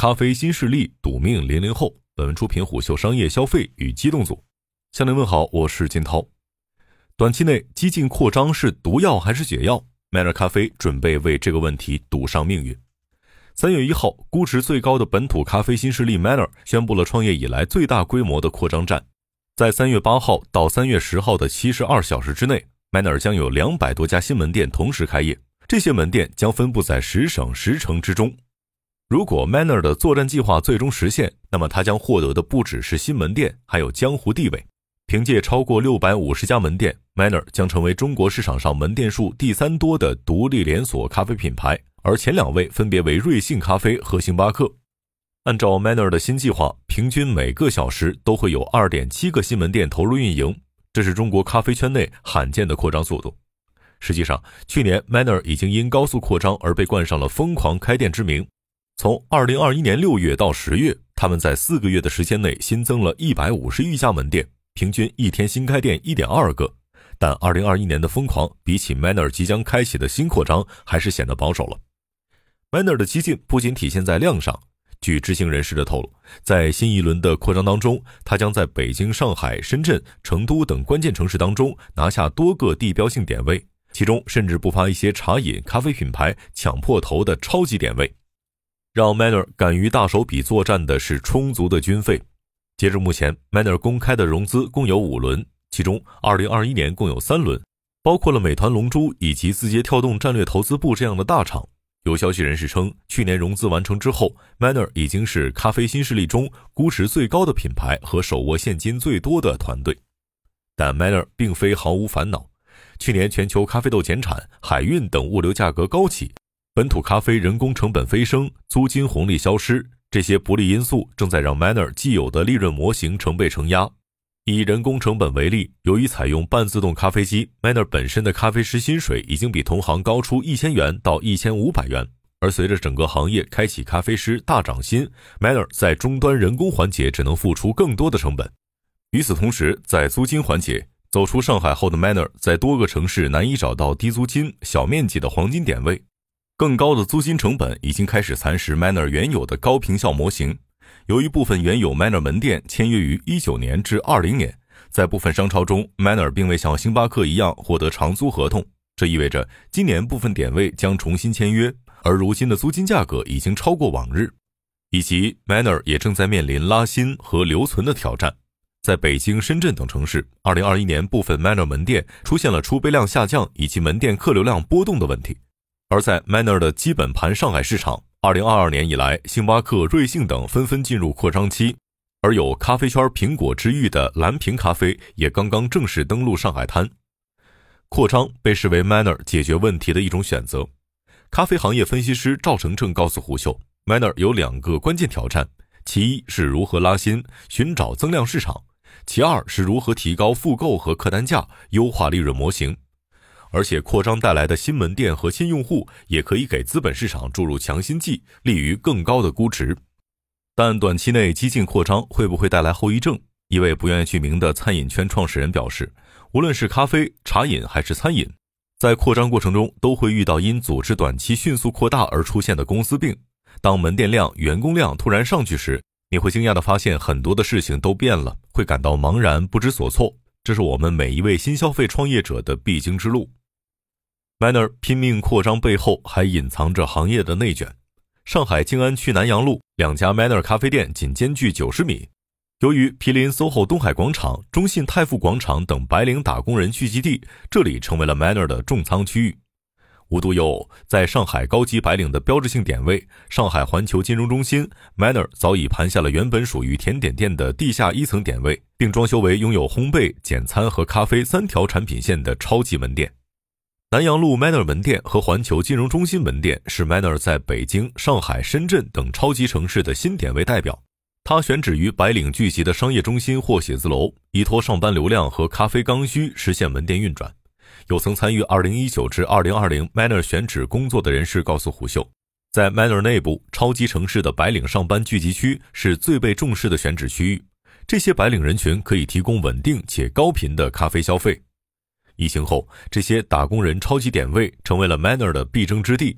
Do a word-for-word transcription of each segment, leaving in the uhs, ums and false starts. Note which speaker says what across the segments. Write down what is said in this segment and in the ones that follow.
Speaker 1: 咖啡新势力笃命零零后。本文出品虎嗅商业消费与机动组。向您问好，我是金涛。短期内激进扩张是毒药还是解药？ Manner 咖啡准备为这个问题赌上命运。三月一号，估值最高的本土咖啡新势力 Manner 宣布了创业以来最大规模的扩张战。在三月八号到三月十号的七十二小时之内， Manner 将有两百多家新门店同时开业，这些门店将分布在十省十城之中。如果 Manner 的作战计划最终实现，那么它将获得的不只是新门店，还有江湖地位。凭借超过六百五十家门店， Manner 将成为中国市场上门店数第三多的独立连锁咖啡品牌，而前两位分别为瑞幸咖啡和星巴克。按照 Manner 的新计划，平均每个小时都会有 二点七个新门店投入运营，这是中国咖啡圈内罕见的扩张速度。实际上，去年 Manner 已经因高速扩张而被冠上了疯狂开店之名。从二零二一年六月到十月，他们在四个月的时间内新增了一百五十余家门店，平均一天新开店 一点二个。但二零二一年的疯狂比起 Manner 即将开启的新扩张还是显得保守了。 Manner 的激进不仅体现在量上，据知情人士的透露，在新一轮的扩张当中，他将在北京、上海、深圳、成都等关键城市当中拿下多个地标性点位，其中甚至不乏一些茶饮、咖啡品牌抢破头的超级点位。让 Manner 敢于大手笔作战的是充足的军费。截至目前， Manner 公开的融资共有五轮，其中二零二一年共有三轮，包括了美团、龙珠以及字节跳动战略投资部这样的大厂。有消息人士称，去年融资完成之后， Manner 已经是咖啡新势力中估值最高的品牌和手握现金最多的团队。但 Manner 并非毫无烦恼，去年全球咖啡豆减产、海运等物流价格高企，本土咖啡人工成本飞升，租金红利消失，这些不利因素正在让 Manner 既有的利润模型成倍承压。以人工成本为例，由于采用半自动咖啡机， Manner 本身的咖啡师薪水已经比同行高出一千元到一千五百元，而随着整个行业开启咖啡师大涨薪， Manner 在终端人工环节只能付出更多的成本。与此同时，在租金环节，走出上海后的 Manner 在多个城市难以找到低租金、小面积的黄金点位。更高的租金成本已经开始蚕食 Manner 原有的高频效模型。由于部分原有 Manner 门店签约于一九年至二零年，在部分商超中 Manner 并未像星巴克一样获得长租合同，这意味着今年部分点位将重新签约，而如今的租金价格已经超过往日，以及 Manner 也正在面临拉新和留存的挑战。在北京、深圳等城市，二零二一年部分 Manner 门店出现了出杯量下降以及门店客流量波动的问题。而在 Manner 的基本盘上海市场，二零二二年以来，星巴克、瑞幸等纷纷进入扩张期，而有咖啡圈苹果之誉的蓝瓶咖啡也刚刚正式登陆上海滩。扩张被视为 Manner 解决问题的一种选择。咖啡行业分析师赵成正告诉虎嗅， Manner 有两个关键挑战，其一是如何拉新，寻找增量市场，其二是如何提高复购和客单价，优化利润模型。而且扩张带来的新门店和新用户也可以给资本市场注入强心剂，利于更高的估值。但短期内激进扩张会不会带来后遗症？一位不愿意具名的餐饮圈创始人表示，无论是咖啡、茶饮还是餐饮，在扩张过程中都会遇到因组织短期迅速扩大而出现的公司病。当门店量、员工量突然上去时，你会惊讶地发现很多的事情都变了，会感到茫然不知所措。这是我们每一位新消费创业者的必经之路。Manner 拼命扩张背后还隐藏着行业的内卷。上海静安区南阳路两家 Manner 咖啡店仅间距九十米，由于毗邻 S O H O 东海广场、中信泰富广场等白领打工人聚集地，这里成为了 Manner 的重仓区域。无独有偶，在上海高级白领的标志性点位上海环球金融中心， Manner 早已盘下了原本属于甜点店的地下一层点位，并装修为拥有烘焙、简餐和咖啡三条产品线的超级门店。南阳路 Manner 门店和环球金融中心门店是 Manner 在北京、上海、深圳等超级城市的新点位代表。它选址于白领聚集的商业中心或写字楼，依托上班流量和咖啡刚需实现门店运转。有曾参与二零一九至二零二零 Manner 选址工作的人士告诉虎嗅，在 Manner 内部，超级城市的白领上班聚集区是最被重视的选址区域，这些白领人群可以提供稳定且高频的咖啡消费。疫情后，这些打工人超级点位成为了 Manner 的必争之地。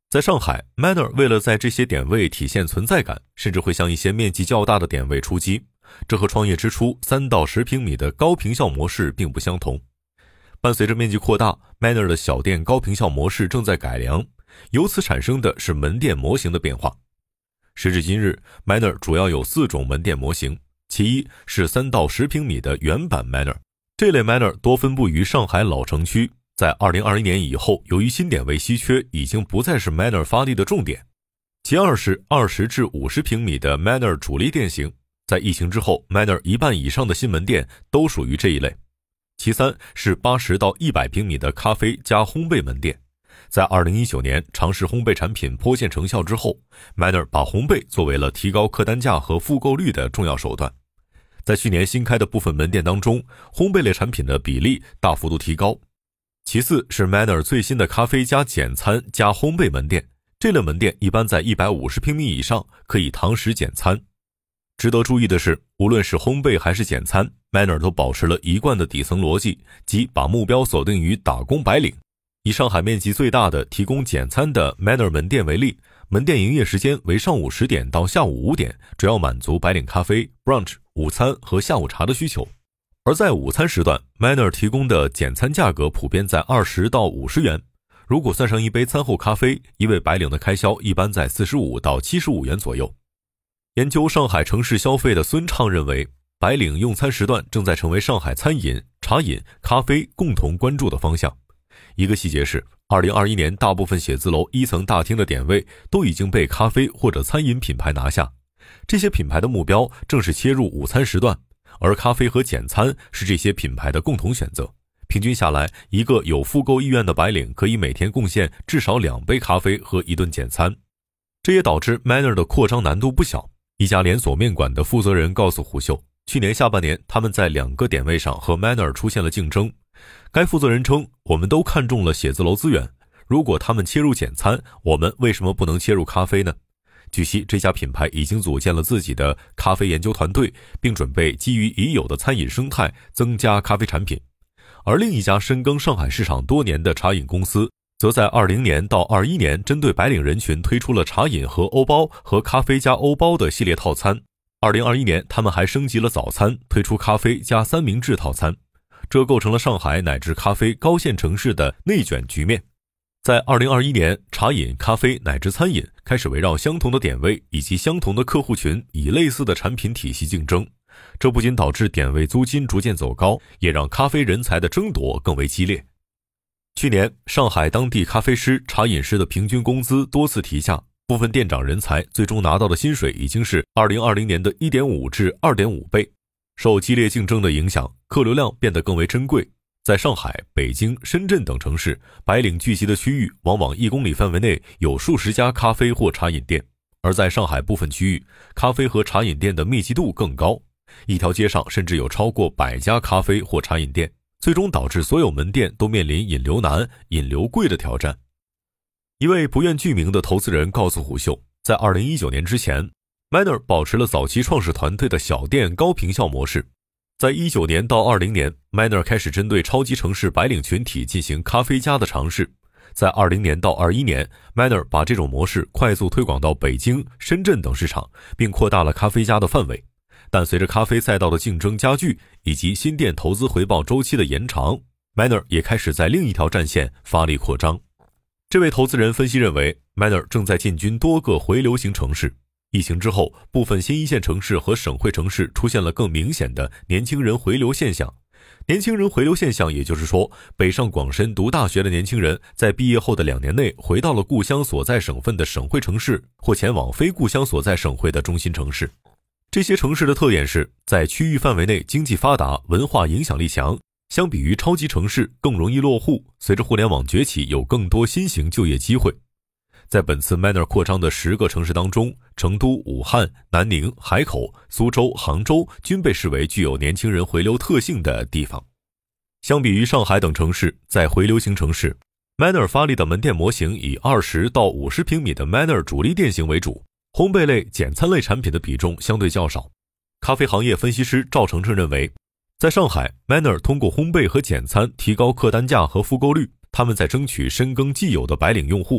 Speaker 1: 在上海 Manner 为了在这些点位体现存在感，甚至会向一些面积较大的点位出击，这和创业之初三到十平米的高坪效模式并不相同。伴随着面积扩大， Manner 的小店高坪效模式正在改良，由此产生的是门店模型的变化。时至今日， Manner 主要有四种门店模型，其一是三到十平米的原版 Manner， 这类 Manner 多分布于上海老城区，在二零二一年以后，由于新点位稀缺，已经不再是 Manner 发力的重点。其二是二十至五十平米的 Manner 主力店型，在疫情之后 Manner 一半以上的新门店都属于这一类。其三是八十到一百平米的咖啡加烘焙门店，在二零一九年尝试烘焙产品颇见成效之后， Manner 把烘焙作为了提高客单价和复购率的重要手段。在去年新开的部分门店当中，烘焙类产品的比例大幅度提高。其次是 Manner 最新的咖啡加简餐加烘焙门店，这类门店一般在一百五十平米以上，可以堂食简餐。值得注意的是，无论是烘焙还是简餐， Manner 都保持了一贯的底层逻辑，即把目标锁定于打工白领。以上海面积最大的提供简餐的 Manner 门店为例，门店营业时间为上午十点到下午五点，主要满足白领咖啡、brunch、午餐和下午茶的需求。而在午餐时段， Manner 提供的简餐价格普遍在二十到五十元，如果算上一杯餐后咖啡，一位白领的开销一般在四十五到七十五元左右。研究上海城市消费的孙畅认为，白领用餐时段正在成为上海餐饮、茶饮、咖啡共同关注的方向。一个细节是，二零二一年大部分写字楼一层大厅的点位都已经被咖啡或者餐饮品牌拿下，这些品牌的目标正是切入午餐时段，而咖啡和简餐是这些品牌的共同选择。平均下来，一个有复购意愿的白领可以每天贡献至少两杯咖啡和一顿简餐。这也导致 Manner 的扩张难度不小。一家连锁面馆的负责人告诉虎嗅，去年下半年他们在两个点位上和 Manner 出现了竞争。该负责人称，我们都看中了写字楼资源，如果他们切入简餐，我们为什么不能切入咖啡呢？据悉，这家品牌已经组建了自己的咖啡研究团队，并准备基于已有的餐饮生态增加咖啡产品。而另一家深耕上海市场多年的茶饮公司，则在二零年到二一年针对白领人群推出了茶饮和欧包和咖啡加欧包的系列套餐。二零二一年，他们还升级了早餐，推出咖啡加三明治套餐，这构成了上海乃至咖啡高线城市的内卷局面。在二零二一年，茶饮、咖啡乃至餐饮开始围绕相同的点位以及相同的客户群，以类似的产品体系竞争。这不仅导致点位租金逐渐走高，也让咖啡人才的争夺更为激烈。去年，上海当地咖啡师、茶饮师的平均工资多次提价，部分店长人才最终拿到的薪水已经是二零二零年的 一点五 至 二点五 倍。受激烈竞争的影响，客流量变得更为珍贵。在上海、北京、深圳等城市，白领聚集的区域往往一公里范围内有数十家咖啡或茶饮店，而在上海部分区域，咖啡和茶饮店的密集度更高，一条街上甚至有超过百家咖啡或茶饮店，最终导致所有门店都面临引流难、引流贵的挑战。一位不愿具名的投资人告诉虎嗅，在二零一九年之前， Manner 保持了早期创始团队的小店高坪效模式。在一九年到二零年， Manner 开始针对超级城市白领群体进行咖啡加的尝试。在二零年到二一年， Manner 把这种模式快速推广到北京、深圳等市场，并扩大了咖啡加的范围。但随着咖啡赛道的竞争加剧以及新店投资回报周期的延长， Manner 也开始在另一条战线发力扩张。这位投资人分析认为， Manner 正在进军多个回流型城市。疫情之后，部分新一线城市和省会城市出现了更明显的年轻人回流现象。年轻人回流现象，也就是说，北上广深读大学的年轻人在毕业后的两年内回到了故乡所在省份的省会城市，或前往非故乡所在省会的中心城市。这些城市的特点是在区域范围内经济发达，文化影响力强，相比于超级城市更容易落户，随着互联网崛起有更多新型就业机会。在本次 Manner 扩张的十个城市当中，成都、武汉、南宁、海口、苏州、杭州均被视为具有年轻人回流特性的地方。相比于上海等城市，在回流型城市， Manner 发力的门店模型以二十到五十平米的 Manner 主力店型为主，烘焙类、简餐类产品的比重相对较少。咖啡行业分析师赵成成认为，在上海 Manner 通过烘焙和简餐提高客单价和复购率，他们在争取深耕既有的白领用户。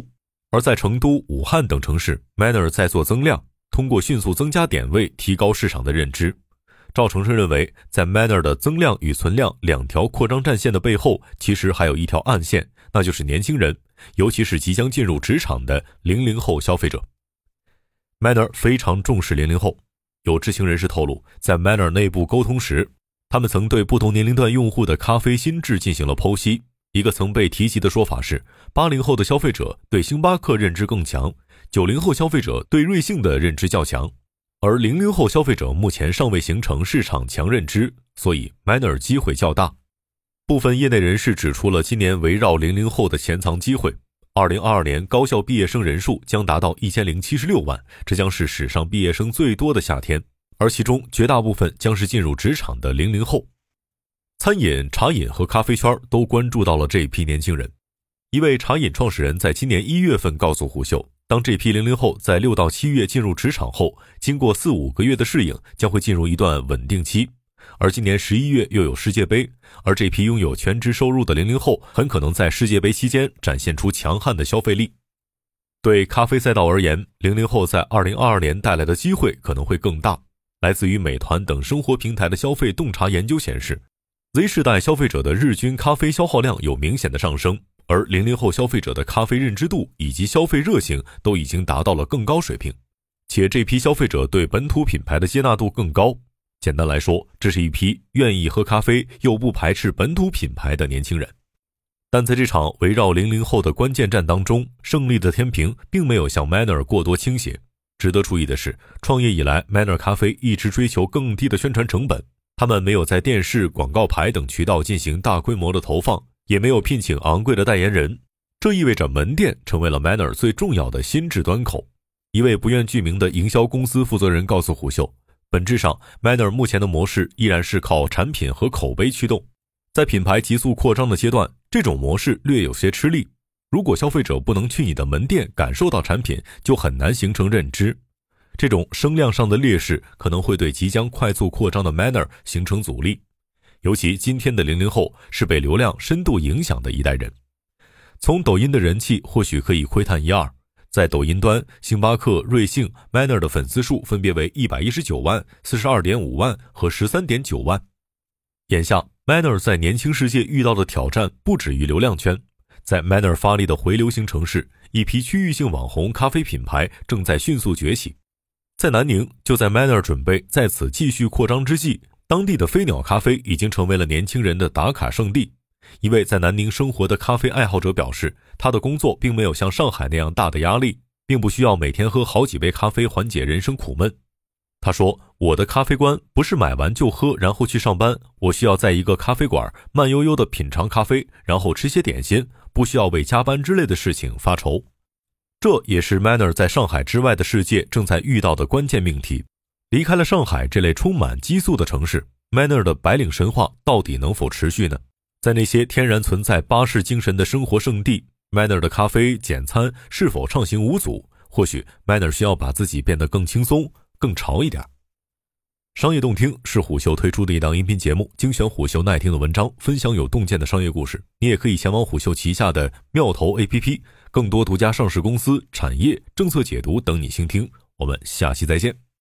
Speaker 1: 而在成都、武汉等城市 Manner 在做增量，通过迅速增加点位提高市场的认知。赵成生认为，在 Manner 的增量与存量两条扩张战线的背后，其实还有一条暗线，那就是年轻人，尤其是即将进入职场的零零后消费者。Manner 非常重视零零后，有知情人士透露，在 Manner 内部沟通时，他们曾对不同年龄段用户的咖啡心智进行了剖析。一个曾被提及的说法是，八零后的消费者对星巴克认知更强，九零后消费者对瑞幸的认知较强，而零零后消费者目前尚未形成市场强认知，所以 Manner 机会较大。部分业内人士指出了今年围绕零零后的潜藏机会。二零二二年高校毕业生人数将达到一千零七十六万，这将是史上毕业生最多的夏天，而其中绝大部分将是进入职场的零零后。餐饮、茶饮和咖啡圈都关注到了这一批年轻人。一位茶饮创始人在今年一月份告诉虎嗅，当这批零零后在六到七月进入职场后，经过四五个月的适应，将会进入一段稳定期。而今年十一月又有世界杯，而这批拥有全职收入的零零后很可能在世界杯期间展现出强悍的消费力。对咖啡赛道而言，零零后在二零二二年带来的机会可能会更大。来自于美团等生活平台的消费洞察研究显示， Z 世代消费者的日均咖啡消耗量有明显的上升，而零零后消费者的咖啡认知度以及消费热情都已经达到了更高水平，且这批消费者对本土品牌的接纳度更高。简单来说，这是一批愿意喝咖啡又不排斥本土品牌的年轻人。但在这场围绕零零后的关键战当中，胜利的天平并没有向 Manner 过多倾斜。值得注意的是，创业以来 Manner 咖啡一直追求更低的宣传成本，他们没有在电视、广告牌等渠道进行大规模的投放，也没有聘请昂贵的代言人。这意味着门店成为了 Manner 最重要的心智端口。一位不愿具名的营销公司负责人告诉虎嗅，本质上 Manner 目前的模式依然是靠产品和口碑驱动。在品牌急速扩张的阶段，这种模式略有些吃力。如果消费者不能去你的门店感受到产品，就很难形成认知。这种声量上的劣势可能会对即将快速扩张的 Manner 形成阻力。尤其今天的零零后是被流量深度影响的一代人。从抖音的人气或许可以窥探一二。在抖音端，星巴克、瑞幸、Manner 的粉丝数分别为一百一十九万、四十二点五万和 十三点九万。眼下 Manner 在年轻世界遇到的挑战不止于流量圈。在 Manner 发力的回流型城市，一批区域性网红咖啡品牌正在迅速崛起。在南宁，就在 Manner 准备在此继续扩张之际，当地的飞鸟咖啡已经成为了年轻人的打卡圣地。一位在南宁生活的咖啡爱好者表示，他的工作并没有像上海那样大的压力，并不需要每天喝好几杯咖啡缓解人生苦闷。他说，我的咖啡观不是买完就喝然后去上班，我需要在一个咖啡馆慢悠悠地品尝咖啡，然后吃些点心，不需要为加班之类的事情发愁。这也是 Manner 在上海之外的世界正在遇到的关键命题。离开了上海这类充满激素的城市， Manner 的白领神话到底能否持续呢？在那些天然存在巴士精神的生活圣地， Manner 的咖啡简餐是否畅行无阻？或许 Manner 需要把自己变得更轻松更潮一点。商业洞听是虎嗅推出的一档音频节目，精选虎嗅耐听的文章，分享有洞见的商业故事。你也可以前往虎嗅旗下的妙投 A P P， 更多独家上市公司、产业、政策解读等你倾听。我们下期再见。